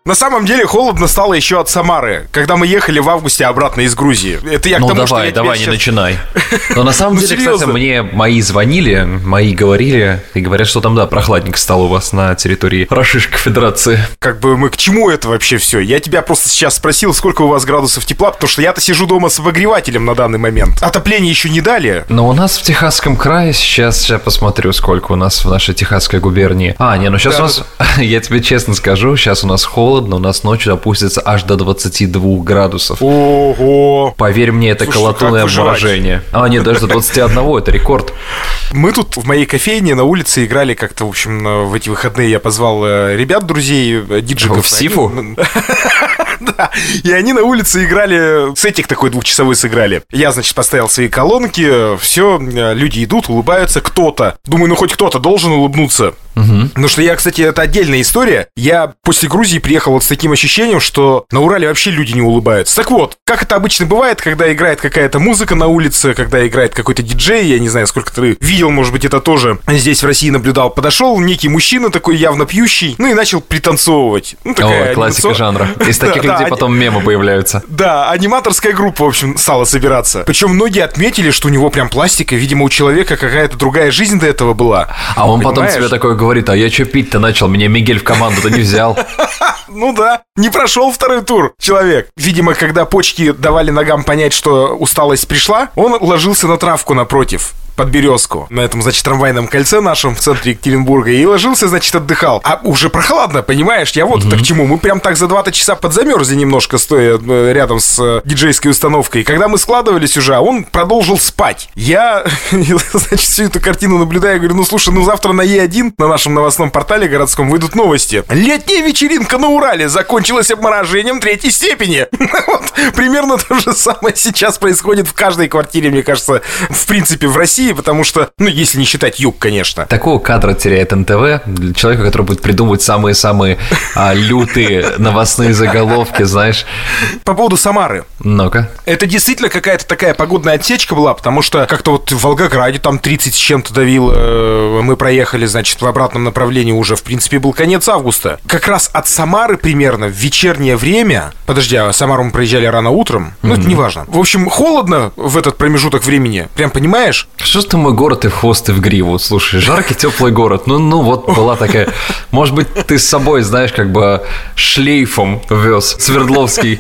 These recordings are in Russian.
На самом деле холодно стало еще от Самары, когда мы ехали в августе обратно из Грузии. Это я к тому, что я давай, не сейчас... начинай. Но на самом деле, серьезно. кстати, мне мои звонили, мои говорили, и говорят, что там, да, прохладненько стало у вас на территории Российской Федерации. Как бы мы к чему это вообще все? Я тебя просто сейчас спросил, сколько у вас градусов тепла, потому что я-то сижу дома с обогревателем на данный момент. Отопление еще не дали. Но у нас в Техасском крае, сейчас я посмотрю, сколько у нас в нашей Техасской губернии. Сейчас у нас, я тебе честно скажу, сейчас у нас холодно, у нас ночью опустится аж до 22 градусов. Ого! Поверь мне, это колотунное обморожение. Нет, даже до 21, это рекорд. Мы тут в моей кофейне на улице играли как-то, в общем, в эти выходные я позвал ребят, друзей, диджиков. В Сифу? Да, и они на улице играли, сетик такой двухчасовой сыграли. Я, значит, поставил свои колонки, все, люди идут, улыбаются, кто-то. Думаю, хоть кто-то должен улыбнуться. Потому что я, кстати, это отдельная история. Я после Грузии приехал вот с таким ощущением, что на Урале вообще люди не улыбаются. Так вот, как это обычно бывает, когда играет какая-то музыка на улице, когда играет какой-то диджей, я не знаю, сколько ты видел, может быть, это тоже здесь в России наблюдал. Подошел некий мужчина такой явно пьющий, и начал пританцовывать. Такая классика жанра. Из таких людей потом мемы появляются. Да, аниматорская группа, в общем, стала собираться. Причем многие отметили, что у него прям пластика, видимо, у человека какая-то другая жизнь до этого была. А он потом тебе такое говорит: а я что пить-то начал, меня Мигель в команду-то не взял. Ну да, не прошел второй тур человек. Видимо, когда почки давали ногам понять, что усталость пришла, он ложился на травку напротив, под березку, на этом, значит, трамвайном кольце нашем в центре Екатеринбурга, и ложился, значит, отдыхал. А уже прохладно, понимаешь? Я вот это к чему. Мы прям так за 2-3 часа подзамерзли немножко, стоя рядом с диджейской установкой. И когда мы складывались уже, он продолжил спать. Я, значит, всю эту картину наблюдаю, говорю, слушай, завтра на Е1, на нашем новостном портале городском, выйдут новости. Летняя вечеринка на Урале закончилась обморожением 3-й степени. Вот примерно то же самое сейчас происходит в каждой квартире, мне кажется, в принципе, в России, потому что, если не считать юг, конечно. Такого кадра теряет НТВ для человека, который будет придумывать самые-самые лютые новостные заголовки, знаешь. По поводу Самары. Ну-ка. Это действительно какая-то такая погодная отсечка была, потому что как-то вот в Волгограде там 30 с чем-то давило. Мы проехали, значит, в обратном направлении уже, в принципе, был конец августа. Как раз от Самары примерно в вечернее время... Подожди, а Самару мы проезжали рано утром? Это не важно. В общем, холодно в этот промежуток времени. Прям понимаешь? Что ж ты мой город и в хвост, и в гриву? Слушай, жаркий, теплый город. Вот была такая... Может быть, ты с собой, знаешь, как бы шлейфом вез Свердловский...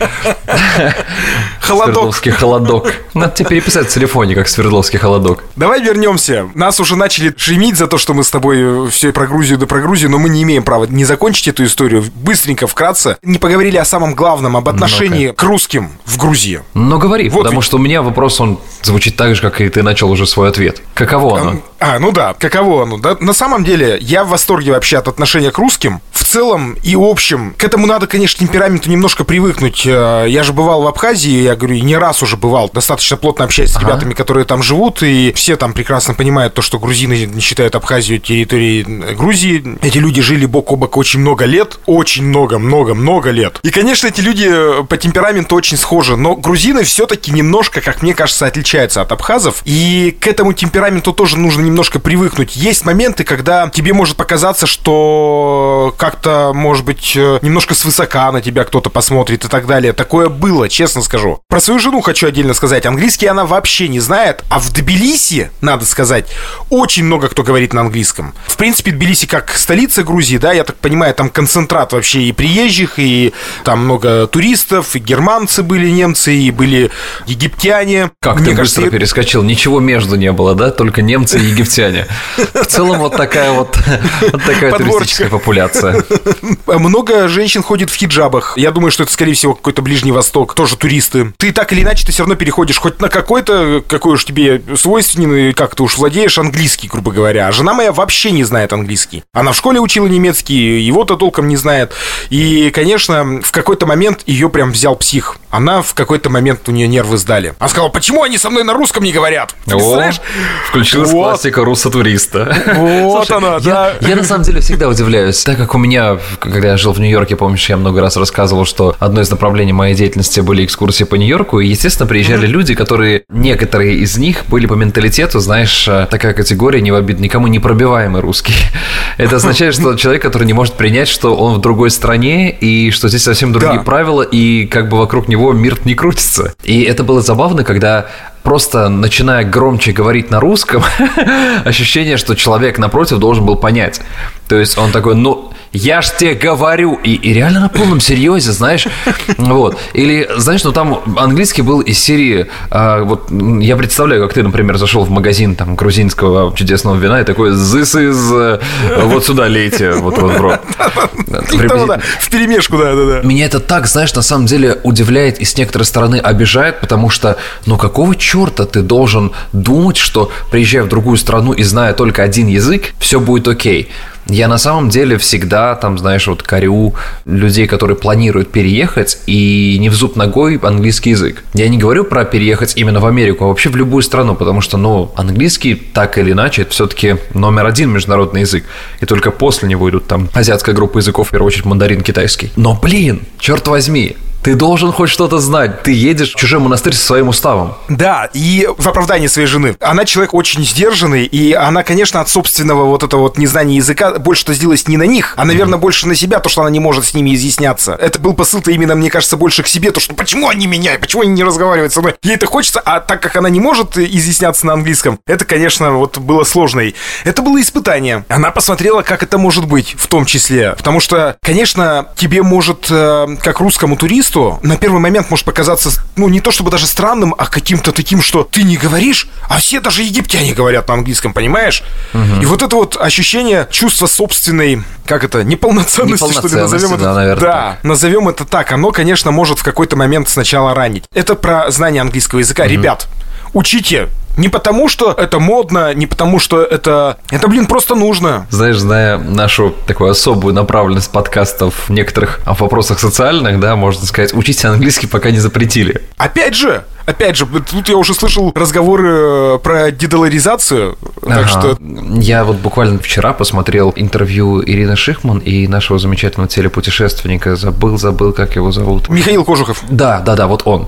Холодок. Свердловский холодок. Надо тебе переписать в телефоне, как Свердловский холодок. Давай вернемся. Нас уже начали шемить за то, что мы с тобой все про Грузию, но мы не имеем права не закончить эту историю. Быстренько, вкратце. Не поговорили о самом главном, об отношении к русским в Грузии. Говори, вот потому что у меня вопрос, он звучит так же, как и ты начал уже свой ответ. Каково оно? Каково оно? Да, на самом деле, я в восторге вообще от отношения к русским. В целом и общем. К этому надо, конечно, темпераменту немножко привыкнуть. Я же бывал в Абхазии, я говорю, не раз уже бывал. Достаточно плотно общаюсь с ребятами, которые там живут, и все там прекрасно понимают то, что грузины не считают Абхазию территорией Грузии. Эти люди жили бок о бок очень много лет. Очень много лет. И, конечно, эти люди по темпераменту очень схожи, но грузины все-таки немножко, как мне кажется, отличаются от абхазов. И к этому темпераменту тоже нужно немножко привыкнуть. Есть моменты, когда тебе может показаться, что как-то, может быть, немножко свысока на тебя кто-то посмотрит и так далее. Такое было, честно скажу. Про свою жену хочу отдельно сказать. Английский она вообще не знает, а в Тбилиси, надо сказать, очень много кто говорит на английском. В принципе, Тбилиси как столица Грузии, да, я так понимаю, там концентрат вообще и приезжих, и там много туристов, и германцы были, немцы, и были египтяне. Как ты быстро перескочил, ничего между не было, да? Только немцы и египтяне. В целом вот такая туристическая популяция. Много женщин ходит в хиджабах. Я думаю, что это, скорее всего, какой-то Ближний Восток. Тоже туристы. Ты так или иначе, ты все равно переходишь хоть на какой-то, какой уж тебе свойственный, как ты уж владеешь английский, грубо говоря. А жена моя вообще не знает английский. Она в школе учила немецкий, его-то толком не знает. И, конечно, в какой-то момент ее прям взял псих. Она в какой-то момент, у нее нервы сдали. Она сказала, почему они со мной на русском не говорят? Включилась классика практика руссо-туриста. Вот она, да. Я на самом деле всегда удивляюсь, так как у меня, когда я жил в Нью-Йорке, помнишь, я много раз рассказывал, что одно из направлений моей деятельности были экскурсии по Нью-Йорку, и, естественно, приезжали люди, которые, некоторые из них были по менталитету, знаешь, такая категория, не в обиду никому, непробиваемый русский. Это означает, что человек, который не может принять, что он в другой стране, и что здесь совсем другие правила, и как бы вокруг него мир не крутится. И это было забавно, когда просто начиная громче говорить на русском, ощущение, что человек напротив должен был понять. То есть он такой, ну, я ж тебе говорю, и реально на полном серьезе, знаешь, вот. Или, знаешь, ну там английский был из серии, вот я представляю, как ты, например, зашел в магазин там грузинского чудесного вина и такой, this is, вот сюда лейте, вот в рот. Вперемешку, да. Меня это так, знаешь, на самом деле удивляет и с некоторой стороны обижает, потому что, ну какого черта ты должен думать, что приезжая в другую страну и зная только один язык, все будет окей. Я на самом деле всегда, там, знаешь, вот корю людей, которые планируют переехать, и не в зуб ногой английский язык. Я не говорю про переехать именно в Америку, а вообще в любую страну, потому что, ну, английский, так или иначе, это все-таки номер один международный язык, и только после него идут там азиатская группа языков, в первую очередь мандарин китайский. Но, блин, черт возьми, ты должен хоть что-то знать. Ты едешь в чужой монастырь со своим уставом. Да, и в оправдании своей жены. Она человек очень сдержанный, и она, конечно, от собственного вот этого вот незнания языка больше-то злилась не на них, а, наверное, больше на себя, то, что она не может с ними изъясняться. Это был посыл-то именно, мне кажется, больше к себе, то, что почему они меня, почему они не разговаривают со мной. Ей это хочется, а так как она не может изъясняться на английском, это, конечно, вот было сложно. Это было испытание. Она посмотрела, как это может быть, в том числе. Потому что, конечно, тебе может, как русскому туристу, на первый момент может показаться, ну, не то чтобы даже странным, а каким-то таким, что ты не говоришь, а все даже египтяне говорят на английском, понимаешь? И вот это вот ощущение чувства собственной, как это, неполноценности, что ли, назовем это. Да, наверное, да, назовем это так. Оно, конечно, может в какой-то момент сначала ранить. Это про знание английского языка. Ребят, учите. Не потому, что это модно, не потому, что это, блин, просто нужно. Знаешь, зная нашу такую особую направленность подкастов в некоторых вопросах социальных, да, можно сказать, учите английский, пока не запретили. Опять же, тут я уже слышал разговоры про дедоларизацию, так что... Я вот буквально вчера посмотрел интервью Ирины Шихман и нашего замечательного телепутешественника, забыл, как его зовут. Михаил Кожухов. Да, вот он.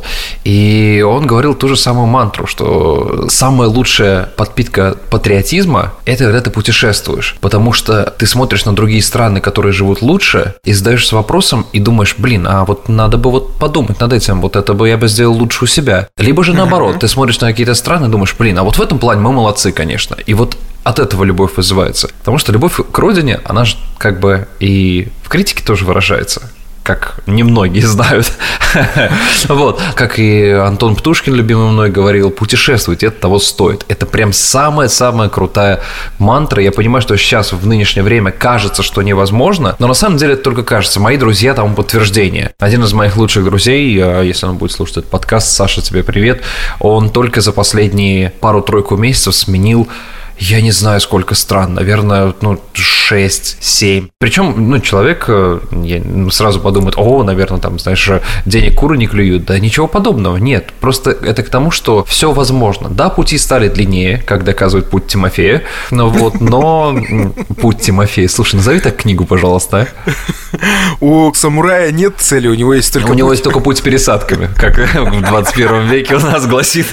И он говорил ту же самую мантру, что самая лучшая подпитка патриотизма – это когда ты путешествуешь, потому что ты смотришь на другие страны, которые живут лучше, и задаешься вопросом и думаешь, блин, а вот надо бы вот подумать над этим, вот это бы я бы сделал лучше у себя. Либо же наоборот, ты смотришь на какие-то страны и думаешь, блин, а вот в этом плане мы молодцы, конечно. И вот от этого любовь вызывается. Потому что любовь к родине, она же как бы и в критике тоже выражается. Как немногие знают. Вот. Как и Антон Птушкин, любимый мной, говорил, путешествовать, это того стоит. Это прям самая-самая крутая мантра. Я понимаю, что сейчас в нынешнее время кажется, что невозможно, но на самом деле это только кажется. Мои друзья тому подтверждение. Один из моих лучших друзей, если он будет слушать этот подкаст, Саша, тебе привет, он только за последние пару-тройку месяцев сменил, я не знаю, сколько стран, наверное, 6-7. Причем, человек сразу подумает, наверное, там, знаешь, денег куры не клюют. Да ничего подобного, нет. Просто это к тому, что все возможно. Да, пути стали длиннее, как доказывает путь Тимофея, но путь Тимофея. Слушай, назови так книгу, пожалуйста. У самурая нет цели, у него есть только путь. У него есть только путь с пересадками, как в 21 веке у нас гласит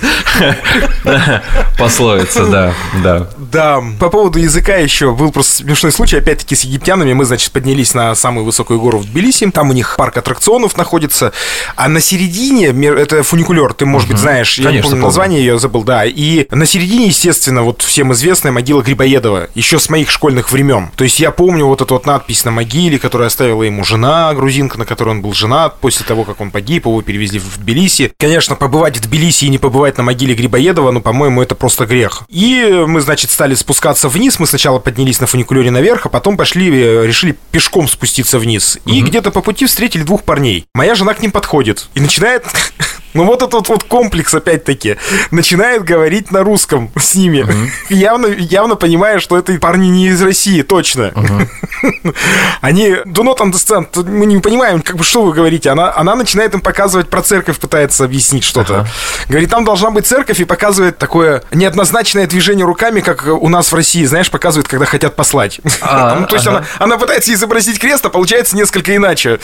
пословица, да. Да, по поводу языка еще был просто смешной случай, опять-таки с египтянами. Мы, значит, поднялись на самую высокую гору в Тбилиси, там у них парк аттракционов находится, а на середине, это фуникулер, ты, может быть, знаешь, я не помню название, я забыл, да, и на середине, естественно, вот всем известная могила Грибоедова, еще с моих школьных времен. То есть я помню вот эту вот надпись на могиле, которую оставила ему жена, грузинка, на которой он был женат, после того, как он погиб, его перевезли в Тбилиси. Конечно, побывать в Тбилиси и не побывать на могиле Грибоедова, по-моему, это просто грех. И мы, значит, стали спускаться вниз. Мы сначала поднялись на фуникулере наверх, а потом решили пешком спуститься вниз. И где-то по пути встретили двух парней. Моя жена к ним подходит и начинает Ну вот этот вот комплекс, опять-таки, начинает говорить на русском с ними. Явно понимая, что это парни не из России, точно. Они do not understand, мы не понимаем, как бы, что вы говорите. Она начинает им показывать про церковь, пытается объяснить что-то. Говорит, там должна быть церковь, и показывает такое неоднозначное движение руками, как у нас в России, знаешь, показывают, когда хотят послать. То есть она пытается изобразить крест, а получается несколько иначе.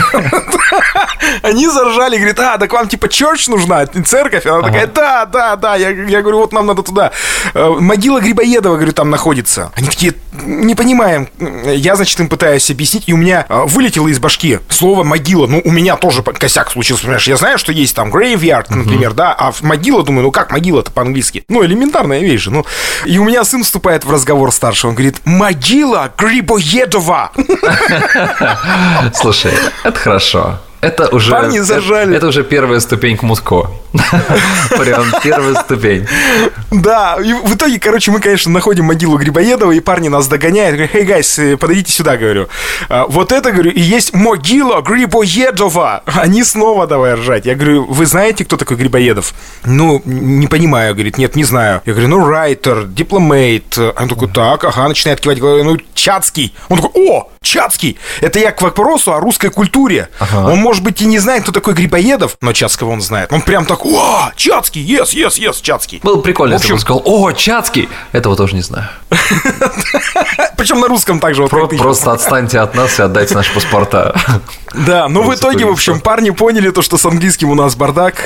Они заржали, говорит, так вам типа church нужна, церковь? Она такая, да. Я говорю, вот нам надо туда. Могила Грибоедова, говорю, там находится. Они такие, не понимаем. Я, значит, им пытаюсь объяснить, и у меня вылетело из башки слово могила. Ну, у меня тоже косяк случился, понимаешь? Я знаю, что есть там graveyard, например, да, а могила, думаю, ну как могила-то по-английски? Ну, элементарная вещь же. Ну, и у меня сын вступает в разговор старший, он говорит, могила Грибоедова. Слушай, это хорошо. Это уже, парни зажали. Это уже первая ступень к Мутко. Прям первая ступень. Да, и в итоге, короче, мы, конечно, находим могилу Грибоедова, и парни нас догоняют. Говорят, hey, guys, подойдите сюда, говорю. Вот это, говорю, и есть могила Грибоедова. Они снова давай ржать. Я говорю, вы знаете, кто такой Грибоедов? Ну, не понимаю, говорит, нет, не знаю. Я говорю, ну, райтер, дипломейт. Он такой, так, ага, начинает кивать головой, ну, Чацкий. Он такой, о, Чацкий. Это я к вопросу о русской культуре. Он, может быть, и не знает, кто такой Грибоедов, но Чацкого он знает. Он прям так, о, Чацкий, yes, Чацкий. Было прикольно, если бы он сказал, о, Чацкий. Этого тоже не знаю. Причем на русском также. Просто отстаньте от нас и отдайте наши паспорта. Да, но в итоге, в общем, парни поняли то, что с английским у нас бардак,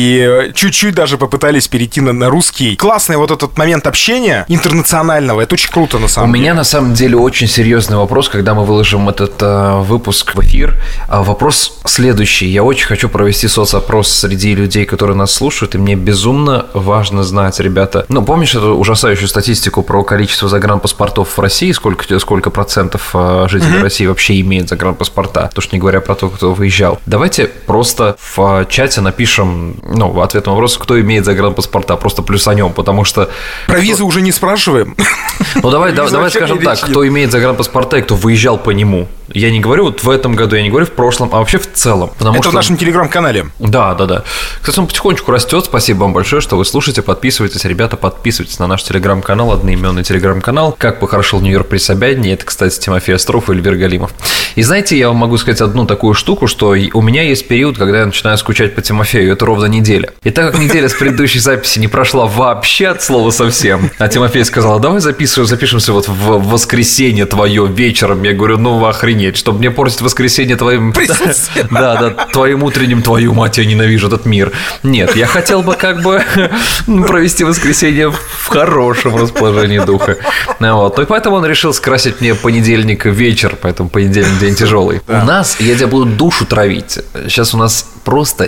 и чуть-чуть даже попытались перейти на русский. Классный вот этот момент общения интернационального, это очень круто на самом деле. У меня на самом деле очень серьезный вопрос, когда мы выложим этот выпуск в эфир. Вопрос следующий. Я очень хочу провести соцопрос среди людей, которые нас слушают, и мне безумно важно знать, ребята. Ну, помнишь эту ужасающую статистику про количество загранпаспортов в России? Сколько процентов жителей России вообще имеет загранпаспорта? То, что не говоря про то, кто выезжал. Давайте просто в чате напишем, ну, в ответ на вопрос, кто имеет загранпаспорта, просто плюсанем, потому что... Про визы уже не спрашиваем. Ну, давай скажем так, кто имеет загранпаспорта и кто выезжал по нему. Я не говорю вот в этом году, я не говорю в прошлом, а вообще в целом. Это в нашем телеграм-канале. Да. Кстати, он потихонечку растет. Спасибо вам большое, что вы слушаете. Подписывайтесь, ребята, подписывайтесь на наш телеграм-канал, одноименный телеграм-канал. Как похорошел Нью-Йорк при Собянине. Это, кстати, Тимофей Остров и Эльвир Галимов. И знаете, я вам могу сказать одну такую штуку, что у меня есть период, когда я начинаю скучать по Тимофею. Это ровно неделя. И так как неделя с предыдущей записи не прошла вообще от слова совсем, а Тимофей сказал, давай запишемся вот в воскресенье твое вечером. Я говорю, ну охренеть, чтобы мне портить воскресенье твоим... Присутствие. Да, твоим утренним, твою мать, я ненавижу этот мир. Нет, я хотел бы как бы провести воскресенье в хорошем расположении духа. Вот. Ну и поэтому он решил скрасить мне понедельник вечер, поэтому понедельник день тяжелый. Да. У нас, я тебя буду душу травить. Сейчас у нас просто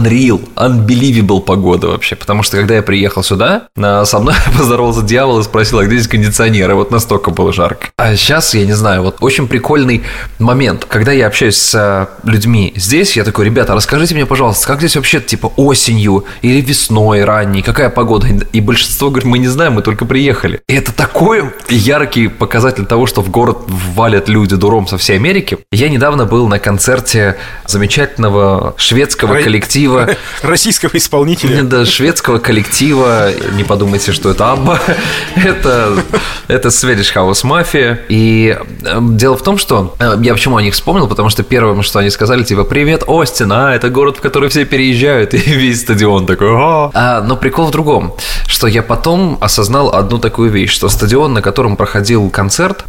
unbelievable погода вообще. Потому что когда я приехал сюда, со мной поздоровался дьявол и спросил, а где здесь кондиционер? И вот настолько было жарко. А сейчас, я не знаю, вот очень прикольный момент. Когда я общаюсь с людьми здесь, я такой, ребята, расскажите мне, пожалуйста, как здесь вообще, типа, осенью или весной ранней, какая погода? И большинство говорит, мы не знаем, мы только приехали. И это такой яркий показатель того, что в город валят люди дуром со всей Америки. Я недавно был на концерте замечательного шведского коллектива. Российского исполнителя. Да, шведского коллектива. Не подумайте, что это Абба. Это Swedish House Mafia. И дело в том, что я почему о них вспомнил, потому что первым, что они сказали, типа, привет, Остин, это город, в который все переезжают, и весь стадион такой, но прикол в другом, что я потом осознал одну такую вещь, что стадион, на котором проходил концерт,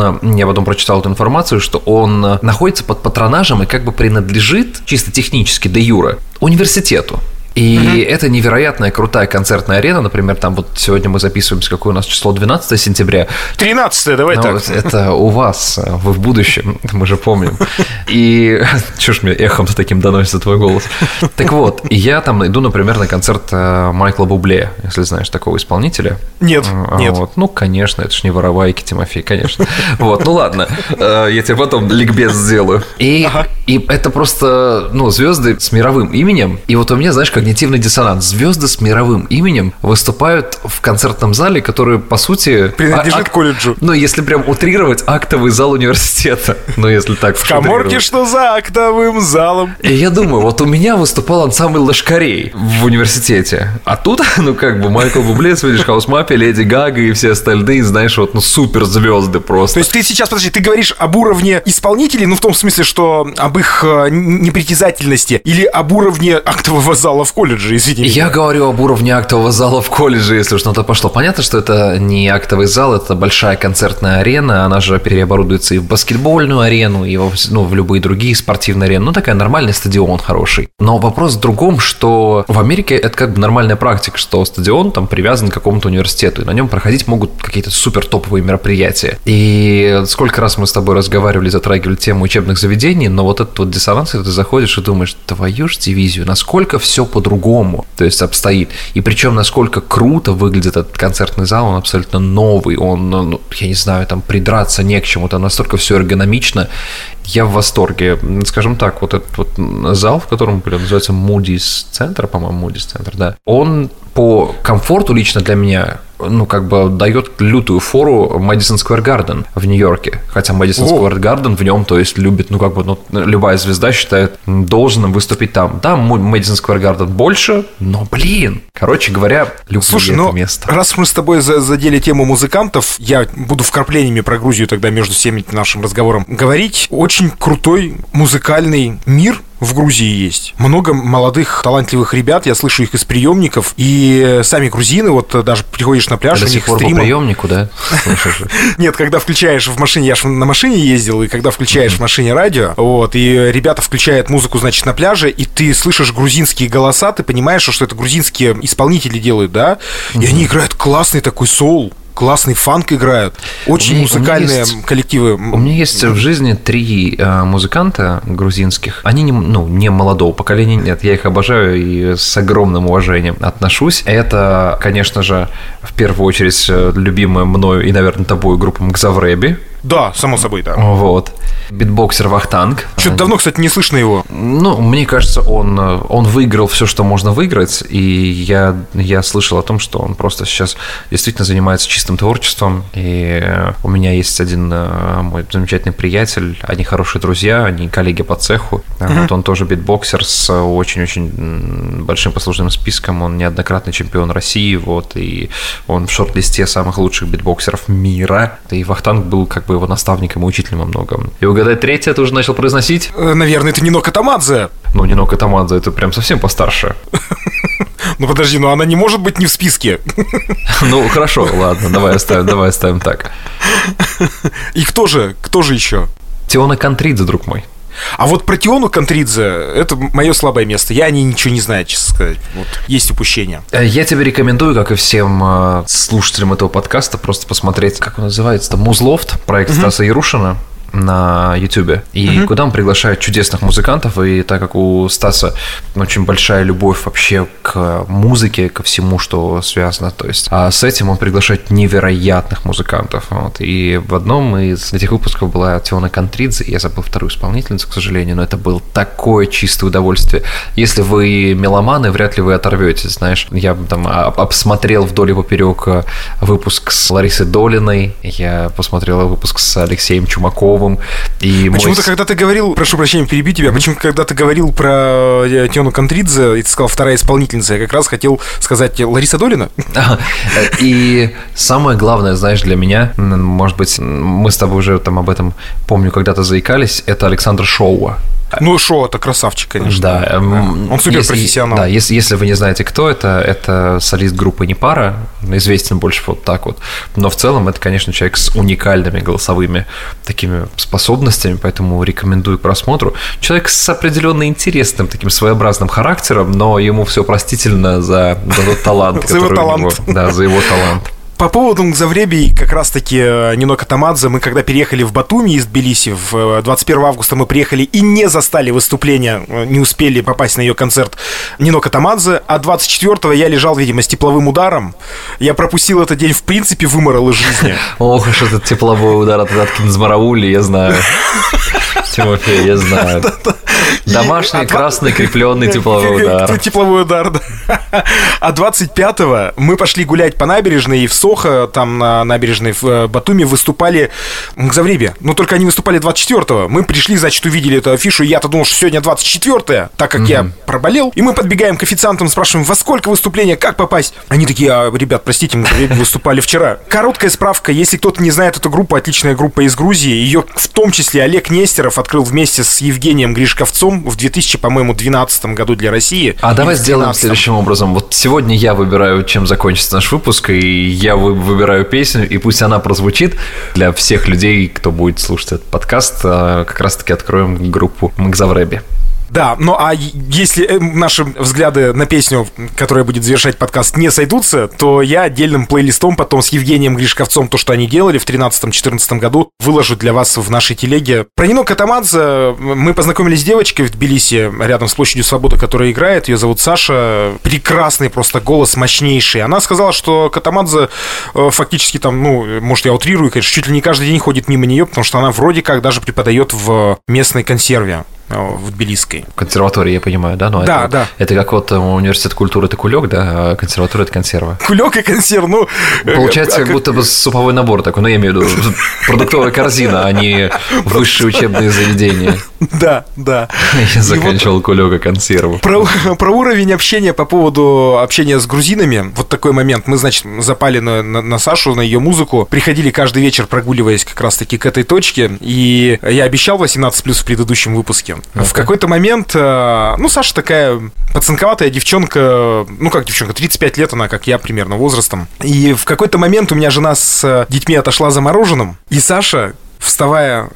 я потом прочитал эту информацию, что он находится под патронажем и как бы принадлежит, чисто технически, де юре, университету. И это невероятная крутая концертная арена. Например, там вот сегодня мы записываемся, какое у нас число, 12 сентября. 13, давай так. Вот это у вас, вы в будущем, мы же помним. И чё ж мне эхом-то таким доносится твой голос. Так вот, я там иду, например, на концерт Майкла Бубле, если знаешь такого исполнителя. Нет. Вот. Ну, конечно, это ж не воровайки, Тимофей, конечно. Вот, ну ладно, я тебе потом ликбез сделаю. И это просто, звезды с мировым именем. И вот у меня, знаешь, как когнитивный диссонанс. Звезды с мировым именем выступают в концертном зале, который, по сути... принадлежит колледжу. Ну, если прям утрировать, актовый зал университета. Ну, если так. В каморке, что за актовым залом? И я думаю, вот у меня выступал ансамбль лошкарей в университете. А тут, ну, как бы, Майкл Бубле, Swedish House Mafia, Леди Гага и все остальные, знаешь, вот, ну, суперзвезды просто. То есть ты сейчас, подожди, ты говоришь об уровне исполнителей, ну, в том смысле, что об их непритязательности, или об уровне актового зала в колледже, извини меня. Я говорю об уровне актового зала в колледже, если уж на то пошло. Понятно, что это не актовый зал, это большая концертная арена, она же переоборудуется и в баскетбольную арену, и в любые другие спортивные арены. Ну, такая нормальный стадион хороший. Но вопрос в другом, что в Америке это как бы нормальная практика, что стадион там привязан к какому-то университету, и на нем проходить могут какие-то супер топовые мероприятия. И сколько раз мы с тобой разговаривали, затрагивали тему учебных заведений, но вот этот вот диссонанс, когда ты заходишь и думаешь, твою ж дивизию, насколько все по-другому, то есть обстоит. И причем, насколько круто выглядит этот концертный зал, он абсолютно новый, он, ну, я не знаю, там придраться не к чему, там настолько все эргономично. Я в восторге. Скажем так, вот этот вот зал, в котором называется Moody's Center, по-моему, Moody's Center, да, он по комфорту лично для меня, ну, как бы дает лютую фору Madison Square Garden в Нью-Йорке. Хотя Madison Square Garden в нем, то есть, любит, ну, как бы, ну, любая звезда считает должным выступить там. Да, Madison Square Garden больше, но, блин, короче говоря, люблю это место. Раз мы с тобой задели тему музыкантов, я буду вкраплениями про Грузию тогда между всеми нашим разговором говорить. Очень крутой музыкальный мир в Грузии есть. Много молодых, талантливых ребят, я слышу их из приемников, и сами грузины, вот даже приходишь на пляж, у них стримы. По приемнику, да? Нет, когда включаешь в машине, я же на машине ездил, и когда включаешь в машине радио, вот, и ребята включают музыку, значит, на пляже, и ты слышишь грузинские голоса, ты понимаешь, что это грузинские исполнители делают, да, и они играют классный такой соул. Классный фанк играют. Очень музыкальные коллективы. У меня есть в жизни 3 музыканта грузинских. Они не молодого поколения, нет, я их обожаю и с огромным уважением отношусь. Это, конечно же, в первую очередь любимая мною и, наверное, тобой группа Мгзавреби. Да, само собой, да. Вот. Битбоксер Вахтанг. Что-то давно, кстати, не слышно его. Ну, мне кажется, он выиграл все, что можно выиграть, и я слышал о том, что он просто сейчас действительно занимается чистым творчеством, и у меня есть один мой замечательный приятель, они хорошие друзья, они коллеги по цеху. Вот он тоже битбоксер с очень-очень большим послужным списком, он неоднократный чемпион России, вот, и он в шорт-листе самых лучших битбоксеров мира, и Вахтанг был как бы его наставником и учителем во многом. И угадать третье ты уже начал произносить? Наверное, это Нино Катамадзе. Ну, Нино Катамадзе, это прям совсем постарше. Ну, подожди, она не может быть не в списке. Ну, хорошо, ладно, давай оставим так. И кто же еще? Тиона Кантридзе, друг мой. А вот про Тиону Кантридзе — это мое слабое место. Я о ней ничего не знаю, честно сказать. Вот, есть упущения. Я тебе рекомендую, как и всем слушателям этого подкаста, просто посмотреть, как он называется-то, Музлофт, проект Стаса Ярушина на Ютубе, и куда он приглашает чудесных музыкантов, и так как у Стаса очень большая любовь вообще к музыке, ко всему, что связано, то есть, а с этим он приглашает невероятных музыкантов, вот, и в одном из этих выпусков была Тиона Кантридзе, я забыл вторую исполнительницу, к сожалению, но это было такое чистое удовольствие. Если вы меломаны, вряд ли вы оторветесь, знаешь, я там обсмотрел вдоль и поперек выпуск с Ларисой Долиной, я посмотрел выпуск с Алексеем Чумаковым. И почему-то, когда ты говорил, прошу прощения, перебью тебя, почему-то, когда ты говорил про Тиону Кантридзе, и ты сказал вторая исполнительница, я как раз хотел сказать Лариса Долина. И самое главное, знаешь, для меня, может быть, мы с тобой уже там об этом, помню, когда-то заикались, это Александр Шоуа. Ну, Шоу — это красавчик, конечно. Да. Он суперпрофессионал. Да, если вы не знаете, кто это солист группы Непара, известен больше вот так вот. Но в целом это, конечно, человек с уникальными голосовыми такими способностями, поэтому рекомендую к просмотру. Человек с определенно интересным, таким своеобразным характером, но ему все простительно за тот талант, который у него. Да, за его талант. По поводу Мгзавреби, как раз-таки Нино Катамадзе, мы когда переехали в Батуми из Тбилиси, в 21 августа мы приехали и не застали выступления, не успели попасть на ее концерт Нино Катамадзе, а 24-го я лежал, видимо, с тепловым ударом. Я пропустил этот день, в принципе, выморал из жизни. Ох уж этот тепловой удар от Аткинс Мараули, я знаю. Тимофей, я знаю. Домашний красный крепленный тепловой удар. Тепловой удар, да. А 25-го мы пошли гулять по набережной, и в Сохо, там на набережной в Батуми выступали Мгзавреби. Но только они выступали 24-го. Мы пришли, значит, увидели эту афишу, и я-то думал, что сегодня 24-е, так как я проболел. И мы подбегаем к официантам, спрашиваем, во сколько выступление, как попасть? Они такие: ребят, простите, мы выступали вчера. Короткая справка, если кто-то не знает эту группу, отличная группа из Грузии. Ее в том числе Олег Нестеров открыл вместе с Евгением Гришковцом в 2012 году для России. А давай сделаем следующим образом. Вот сегодня я выбираю, чем закончится наш выпуск, и я выбираю песню, и пусть она прозвучит для всех людей, кто будет слушать этот подкаст. Как раз-таки откроем группу Мгзавреби. Да, ну а если наши взгляды на песню, которая будет завершать подкаст, не сойдутся, то я отдельным плейлистом потом с Евгением Гришковцом, то, что они делали в 2013-2014 году, выложу для вас в нашей телеге. Про Нино Катамадзе мы познакомились с девочкой в Тбилиси, рядом с площадью Свободы, которая играет. Ее зовут Саша. Прекрасный просто голос, мощнейший. Она сказала, что Катамадзе фактически там, ну, может, я утрирую, конечно, чуть ли не каждый день ходит мимо нее, потому что она вроде как даже преподает в местной консерве в Тбилисской. Консерватория, я понимаю, да? Но да, это, да. Это как вот университет культуры — это кулек, да, а консерватория — это консерва. Кулек и консерв, ну... Получается, как будто бы суповой набор такой, ну, я имею в виду продуктовая корзина, а не высшие учебные заведения. Да, да. Я заканчивал кулек и консерву. Про уровень общения по поводу общения с грузинами. Вот такой момент. Мы, значит, запали на Сашу, на ее музыку. Приходили каждый вечер, прогуливаясь как раз-таки к этой точке. И я обещал 18+ в предыдущем выпуске. В какой-то момент, ну, Саша такая пацанковатая девчонка, ну, как девчонка, 35 лет она, как я, примерно, возрастом. И в какой-то момент у меня жена с детьми отошла за мороженым, и Саша, вставая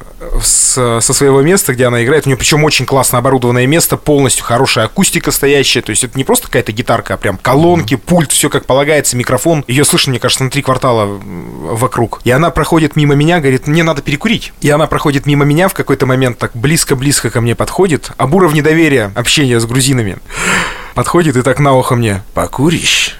со своего места, где она играет, у нее причем очень классно оборудованное место, полностью хорошая акустика стоящая, то есть это не просто какая-то гитарка, а прям колонки, пульт, все как полагается, микрофон. Ее слышно, мне кажется, на 3 квартала вокруг. И она проходит мимо меня, говорит: мне надо перекурить. И она проходит мимо меня, в какой-то момент так близко-близко ко мне подходит, об уровне доверия общения с грузинами. Подходит и так на ухо мне: покуришь?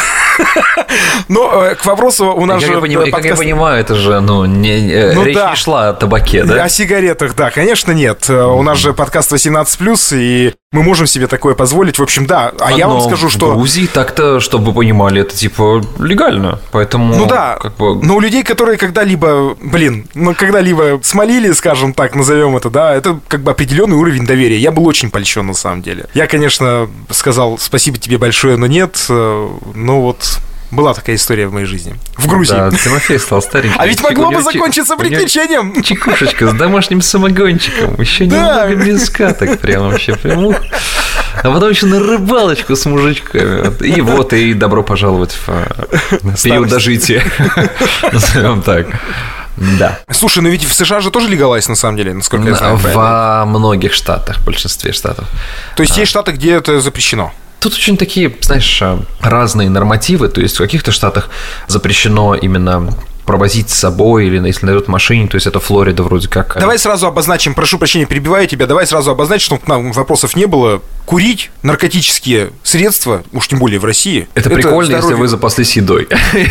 Но к вопросу у нас же... Как я понимаю, это же, речь не шла о табаке, да? О сигаретах, да, конечно, нет. У нас же подкаст 18+, и мы можем себе такое позволить. В общем, да. А я вам скажу, что... в Грузии так-то, чтобы вы понимали, это типа легально, поэтому... Ну да, но у людей, которые когда-либо смолили, скажем так, назовем это, да, это как бы определенный уровень доверия. Я был очень польщен, на самом деле. Я, конечно, сказал: спасибо тебе большое, но нет. Но вот была такая история в моей жизни. В Грузии. Да, Тимофей стал старенький. А ведь могло бы закончиться приключением. Чекушечка с домашним самогончиком. Еще немного без скаток. Прям вообще прям. А потом еще на рыбалочку с мужичками. И вот, и добро пожаловать в период дожития. Назовем так. Да. Слушай, ну ведь в США же тоже легалайз, на самом деле, насколько я знаю. Во многих штатах, в большинстве штатов. То есть есть штаты, где это запрещено? Тут очень такие, знаешь, разные нормативы. То есть в каких-то штатах запрещено именно провозить с собой, или если найдут в машине, то есть это Флорида вроде как. Давай сразу обозначим, прошу прощения, перебиваю тебя, давай сразу обозначим, чтобы к нам вопросов не было. Курить наркотические средства, уж тем более в России. Это прикольно, если вы запаслись едой.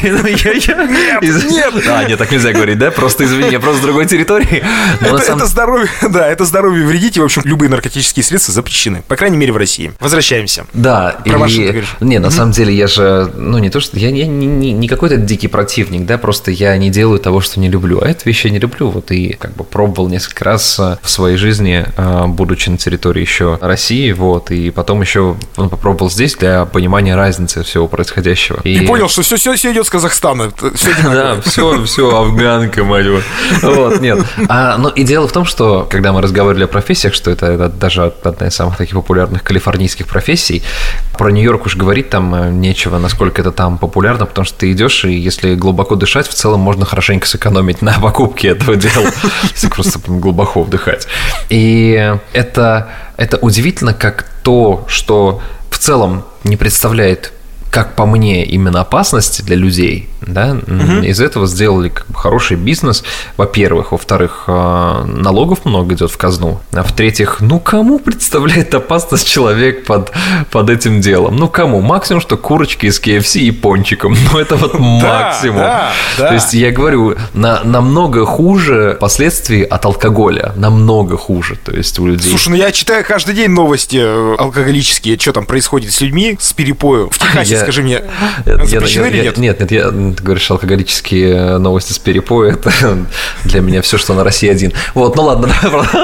Нет. Да, нет, так нельзя говорить, да? Просто извини, я просто с другой территории. Это здоровье, да, это здоровью вредить, и, в общем, любые наркотические средства запрещены, по крайней мере, в России. Возвращаемся. Да. Про машину ты говоришь. Не, на самом деле, я же, не то, что я не какой-то дикий противник, да, просто я не делаю того, что не люблю. А эту вещь я не люблю. Вот и как бы пробовал несколько раз в своей жизни, будучи на территории еще России, вот, и потом еще попробовал здесь для понимания разницы всего происходящего. И понял, что все идет с Казахстана. Да, все, афганка, мать его. Вот, нет. Но и дело в том, что, когда мы разговаривали о профессиях, что это даже одна из самых таких популярных калифорнийских профессий, про Нью-Йорк уж говорить там нечего, насколько это там популярно, потому что ты идешь, и если глубоко дышать, в целом можно хорошенько сэкономить на покупке этого дела, если просто глубоко вдыхать. И это удивительно, как то, что в целом не представляет, как по мне, именно опасности для людей, да, из этого сделали как бы хороший бизнес, во-первых. Во-вторых, налогов много идет в казну. А в-третьих, ну, кому представляет опасность человек под этим делом? Ну, кому? Максимум, что курочки из KFC и пончиком. Ну, это вот максимум. То есть, я говорю, намного хуже последствий от алкоголя. Намного хуже, то есть, у людей. Слушай, ну я читаю каждый день новости алкоголические. Что там происходит с людьми с перепою? В Техасе, скажи мне, запрещено или нет? Нет, ты говоришь, алкоголические новости с перепоя. Это для меня все, что на России один. Вот, ну ладно,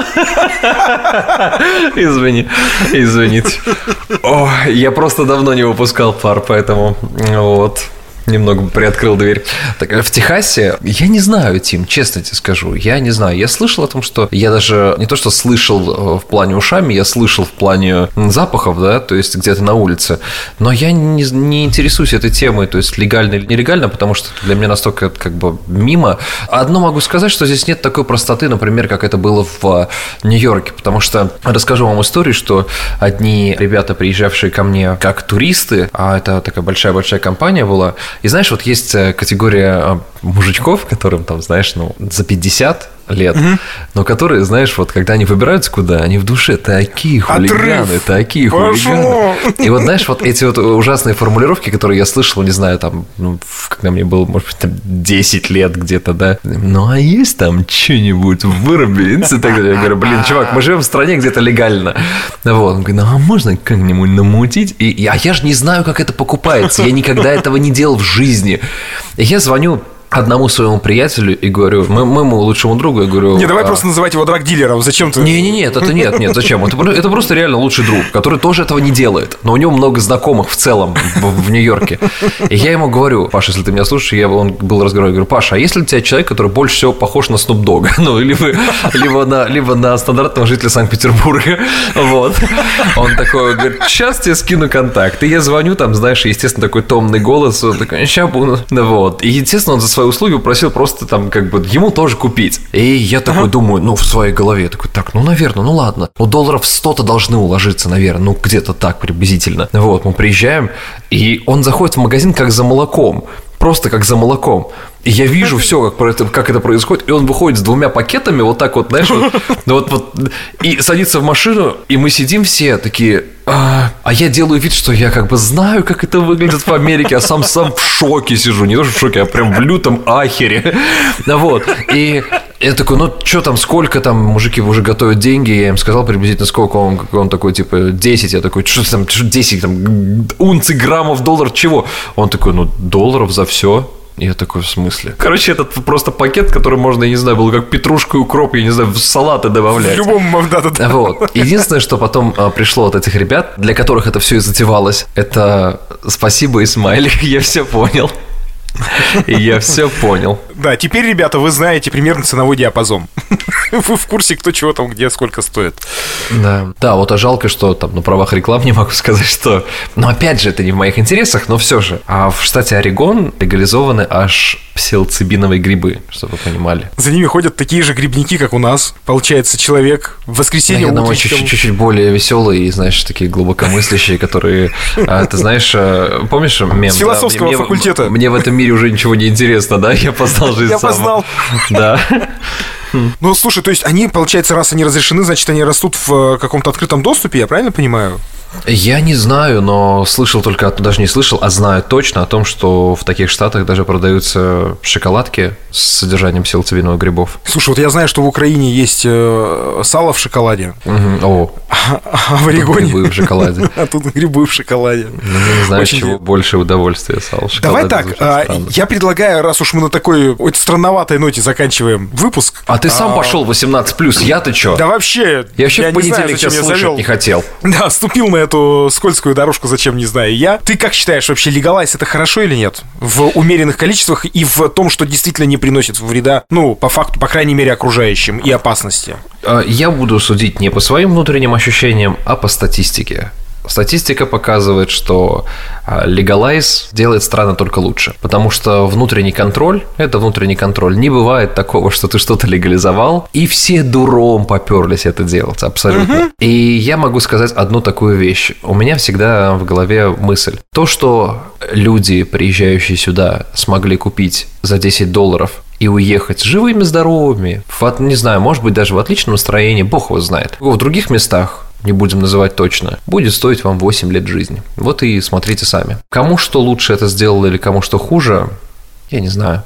извините. О, я просто давно не выпускал пар, поэтому вот. Немного приоткрыл дверь. Так, в Техасе, я не знаю, Тим, честно тебе скажу, я не знаю. Я слышал о том, что я даже не то, что слышал в плане ушами, я слышал в плане запахов, да, то есть где-то на улице, но я не интересуюсь этой темой, то есть легально или нелегально, потому что для меня настолько как бы мимо. Одно могу сказать, что здесь нет такой простоты, например, как это было в Нью-Йорке, потому что расскажу вам историю, что одни ребята, приезжавшие ко мне как туристы, а это такая большая-большая компания была. И знаешь, вот есть категория мужичков, которым там, знаешь, ну, за 50 лет, но которые, знаешь, вот когда они выбираются куда, они в душе такие хулиганы, такие хулиганы. И вот, знаешь, вот эти вот ужасные формулировки, которые я слышал, не знаю, там, ну, когда мне было, может быть, там 10 лет где-то, да, ну, а есть там что-нибудь вырубиться и так далее. Я говорю, блин, чувак, мы живем в стране где-то легально. Вот, он говорит, ну, а можно как-нибудь намутить? А я же не знаю, как это покупается, я никогда этого не делал в жизни. И я звоню одному своему приятелю и говорю, моему лучшему другу, я говорю... Не, давай просто называть его драг-дилером, зачем ты... Нет, зачем? Это просто реально лучший друг, который тоже этого не делает, но у него много знакомых в целом в Нью-Йорке. И я ему говорю, Паша, если ты меня слушаешь, он был разговор, я говорю, Паша, а есть ли у тебя человек, который больше всего похож на Снуп Догга? Ну, либо на стандартного жителя Санкт-Петербурга. Вот. Он такой, говорит, сейчас тебе скину контакт. И я звоню, там, знаешь, естественно, такой томный голос, он такой, сейчас буду. Вот. И, естественно, он за свои услуги просил просто там как бы ему тоже купить. И я такой думаю, ну, в своей голове, я такой, так, ну, наверное, ну, ладно. Ну, долларов 100-то должны уложиться, наверное, ну, где-то так приблизительно. Вот, мы приезжаем, и он заходит в магазин как за молоком. Просто как за молоком. И я вижу все, как это происходит. И он выходит с 2 пакетами, вот так вот, знаешь, вот, и садится в машину, и мы сидим все такие. А я делаю вид, что я как бы знаю, как это выглядит в Америке, а сам в шоке сижу. Не то, что в шоке, а прям в лютом ахере. Вот. И я такой, ну, что там, сколько там, мужики уже готовят деньги. Я им сказал приблизительно сколько. Он такой, типа, 10. Я такой, что там, 10 там, унций, граммов, долларов, чего? Он такой, ну, долларов за все. Я такой, в смысле? Короче, этот просто пакет, который можно, я не знаю, было как петрушка и укроп, я не знаю, в салаты добавлять. В любом, да. Вот. Единственное, что потом пришло от этих ребят, для которых это все и затевалось, это спасибо и смайлик, я все понял. И я все понял. Да, теперь, ребята, вы знаете примерно ценовой диапазон. Вы в курсе, кто чего там, где, сколько стоит. Да, вот, а жалко, что там на правах рекламы не могу сказать, что... Но опять же, это не в моих интересах, но все же. А в штате Орегон легализованы аж псилоцибиновые грибы, чтобы вы понимали. За ними ходят такие же грибники, как у нас. Получается, человек в воскресенье утречком... Я думаю, чуть-чуть более веселые и, знаешь, такие глубокомыслящие, которые... Ты знаешь, помнишь мем? С философского факультета. Мне в этом мире уже ничего не интересно, да? Я познал жизнь сам. Я познал. Да. Ну, слушай, то есть они, получается, раз они разрешены, значит, они растут в каком-то открытом доступе, я правильно понимаю? Я не знаю, но слышал только, даже не слышал, а знаю точно о том, что в таких штатах даже продаются шоколадки с содержанием псилоцибиновых грибов. Слушай, вот я знаю, что в Украине есть сало в шоколаде. О, а в Орегоне... Грибы в шоколаде. А тут грибы в шоколаде. Не знаю, чего больше удовольствия, сало в шоколаде. Давай так, я предлагаю, раз уж мы на такой странноватой ноте заканчиваем выпуск... А ты сам пошел 18+, я-то чё? Да вообще... Я вообще в понедельник тебя слушать не хотел. Да, ступил на эту скользкую дорожку, зачем, не знаю я. Ты как считаешь, вообще легалайз это хорошо или нет? В умеренных количествах и в том, что действительно не приносит вреда, ну, по факту, по крайней мере, окружающим и опасности? Я буду судить не по своим внутренним ощущениям, а по статистике. Статистика показывает, что легалайз делает страны только лучше, потому что внутренний контроль – это внутренний контроль. Не бывает такого, что ты что-то легализовал, и все дуром поперлись это делать, абсолютно. И я могу сказать одну такую вещь. У меня всегда в голове мысль. То, что люди, приезжающие сюда, смогли купить за $10 и уехать живыми, здоровыми, не знаю, может быть, даже в отличном настроении, бог его знает. В других местах, не будем называть точно, будет стоить вам 8 лет жизни. Вот и смотрите сами. Кому что лучше это сделало или кому что хуже, я не знаю.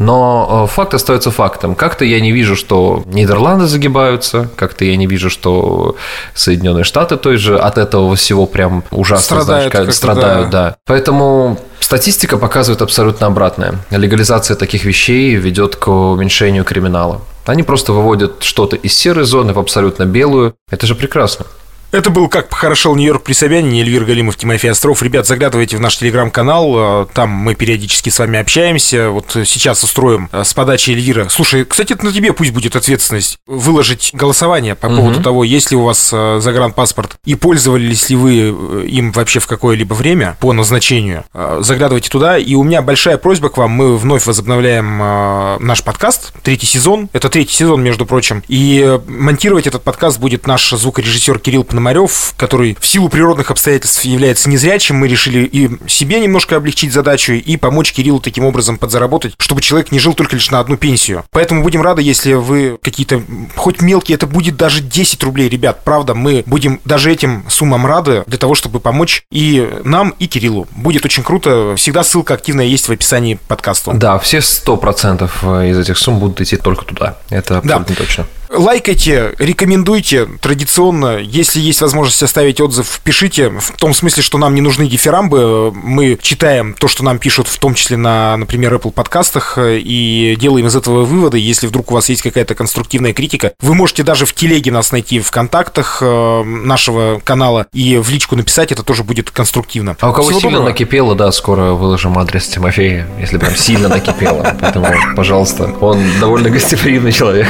Но факт остается фактом. Как-то я не вижу, что Нидерланды загибаются, как-то я не вижу, что Соединенные Штаты той же от этого всего прям ужасно страдают, да. Поэтому статистика показывает абсолютно обратное. Легализация таких вещей ведет к уменьшению криминала. Они просто выводят что-то из серой зоны в абсолютно белую. Это же прекрасно. Это был «Как похорошел Нью-Йорк при Собянине», Эльвир Галимов, Тимофей Остров. Ребят, заглядывайте в наш телеграм-канал, там мы периодически с вами общаемся. Вот сейчас устроим с подачи Эльвира. Слушай, кстати, это на тебе пусть будет ответственность выложить голосование по поводу того, есть ли у вас загранпаспорт и пользовались ли вы им вообще в какое-либо время по назначению. Заглядывайте туда. И у меня большая просьба к вам. Мы вновь возобновляем наш подкаст, 3-й сезон. Это 3-й сезон, между прочим. И монтировать этот подкаст будет наш звукорежиссер Кирилл Пономарев, который в силу природных обстоятельств является незрячим. Мы решили и себе немножко облегчить задачу, и помочь Кириллу таким образом подзаработать, чтобы человек не жил только лишь на одну пенсию. Поэтому будем рады, если вы какие-то, хоть мелкие, это будет даже 10 рублей, ребят, правда, мы будем даже этим суммам рады для того, чтобы помочь и нам, и Кириллу. Будет очень круто. Всегда ссылка активная есть в описании подкаста. Да, все 100% из этих сумм будут идти только туда. Это абсолютно точно. Лайкайте, рекомендуйте традиционно. Если есть возможность оставить отзыв, пишите. В том смысле, что нам не нужны дифирамбы. Мы читаем то, что нам пишут, в том числе на, например, Apple подкастах, и делаем из этого выводы. Если вдруг у вас есть какая-то конструктивная критика, вы можете даже в телеге нас найти в контактах нашего канала и в личку написать, это тоже будет конструктивно. А у кого сильно накипело, да, скоро выложим адрес Тимофея, если прям сильно накипело. Поэтому, пожалуйста, он довольно гостеприимный человек.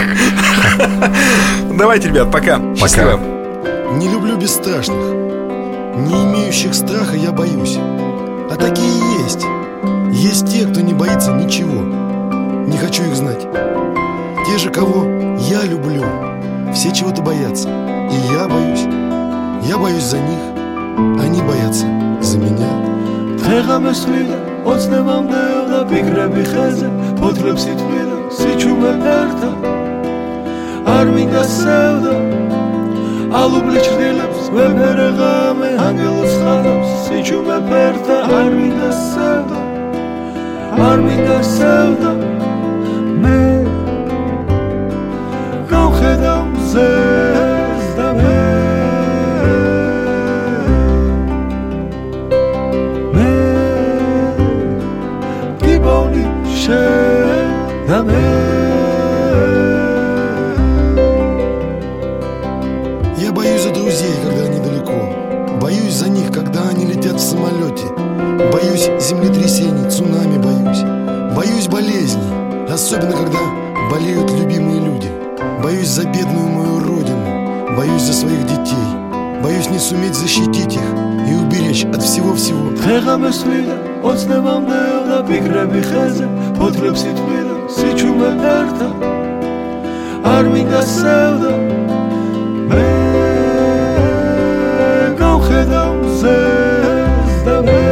Давайте, ребят, пока. Счастливо. Не люблю бесстрашных, не имеющих страха я боюсь. А такие есть. Есть те, кто не боится ничего. Не хочу их знать. Те же, кого я люблю, все чего-то боятся. И я боюсь. Я боюсь за них. Они боятся за меня. არ მიგასევდა ალუბლი ჩრდილებს ვეფერეღამე ანგელოს ხარავს სიჩუმე ფერთა არ მიგასევდა მე გავხედავ მზეს და მე გიბოვნი შენ და მე Боюсь за них, когда они летят в самолете. Боюсь землетрясений, цунами боюсь. Боюсь болезней, особенно когда болеют любимые люди. Боюсь за бедную мою родину. Боюсь за своих детей. Боюсь не суметь защитить их и уберечь от всего-всего. ხედავ მზეს და მე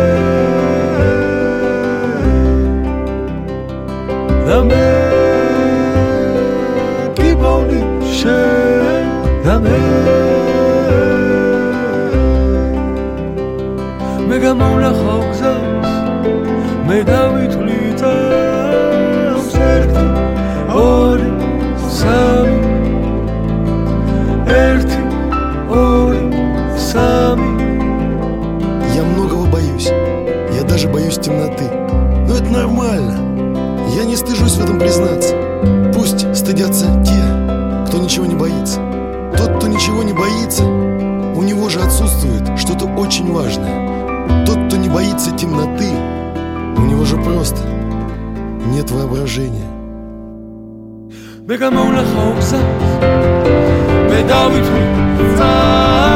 გიბოვნი შენ და მე გამოვნახავ გზას მე დავითვლი წელს 1 2 3 Я многого боюсь. Я даже боюсь темноты. Но это нормально. Я не стыжусь в этом признаться. Пусть стыдятся те, кто ничего не боится. Тот, кто ничего не боится, у него же отсутствует что-то очень важное. Тот, кто не боится темноты, у него же просто нет воображения. მე გამოვნახავ გზას მე დავითვლი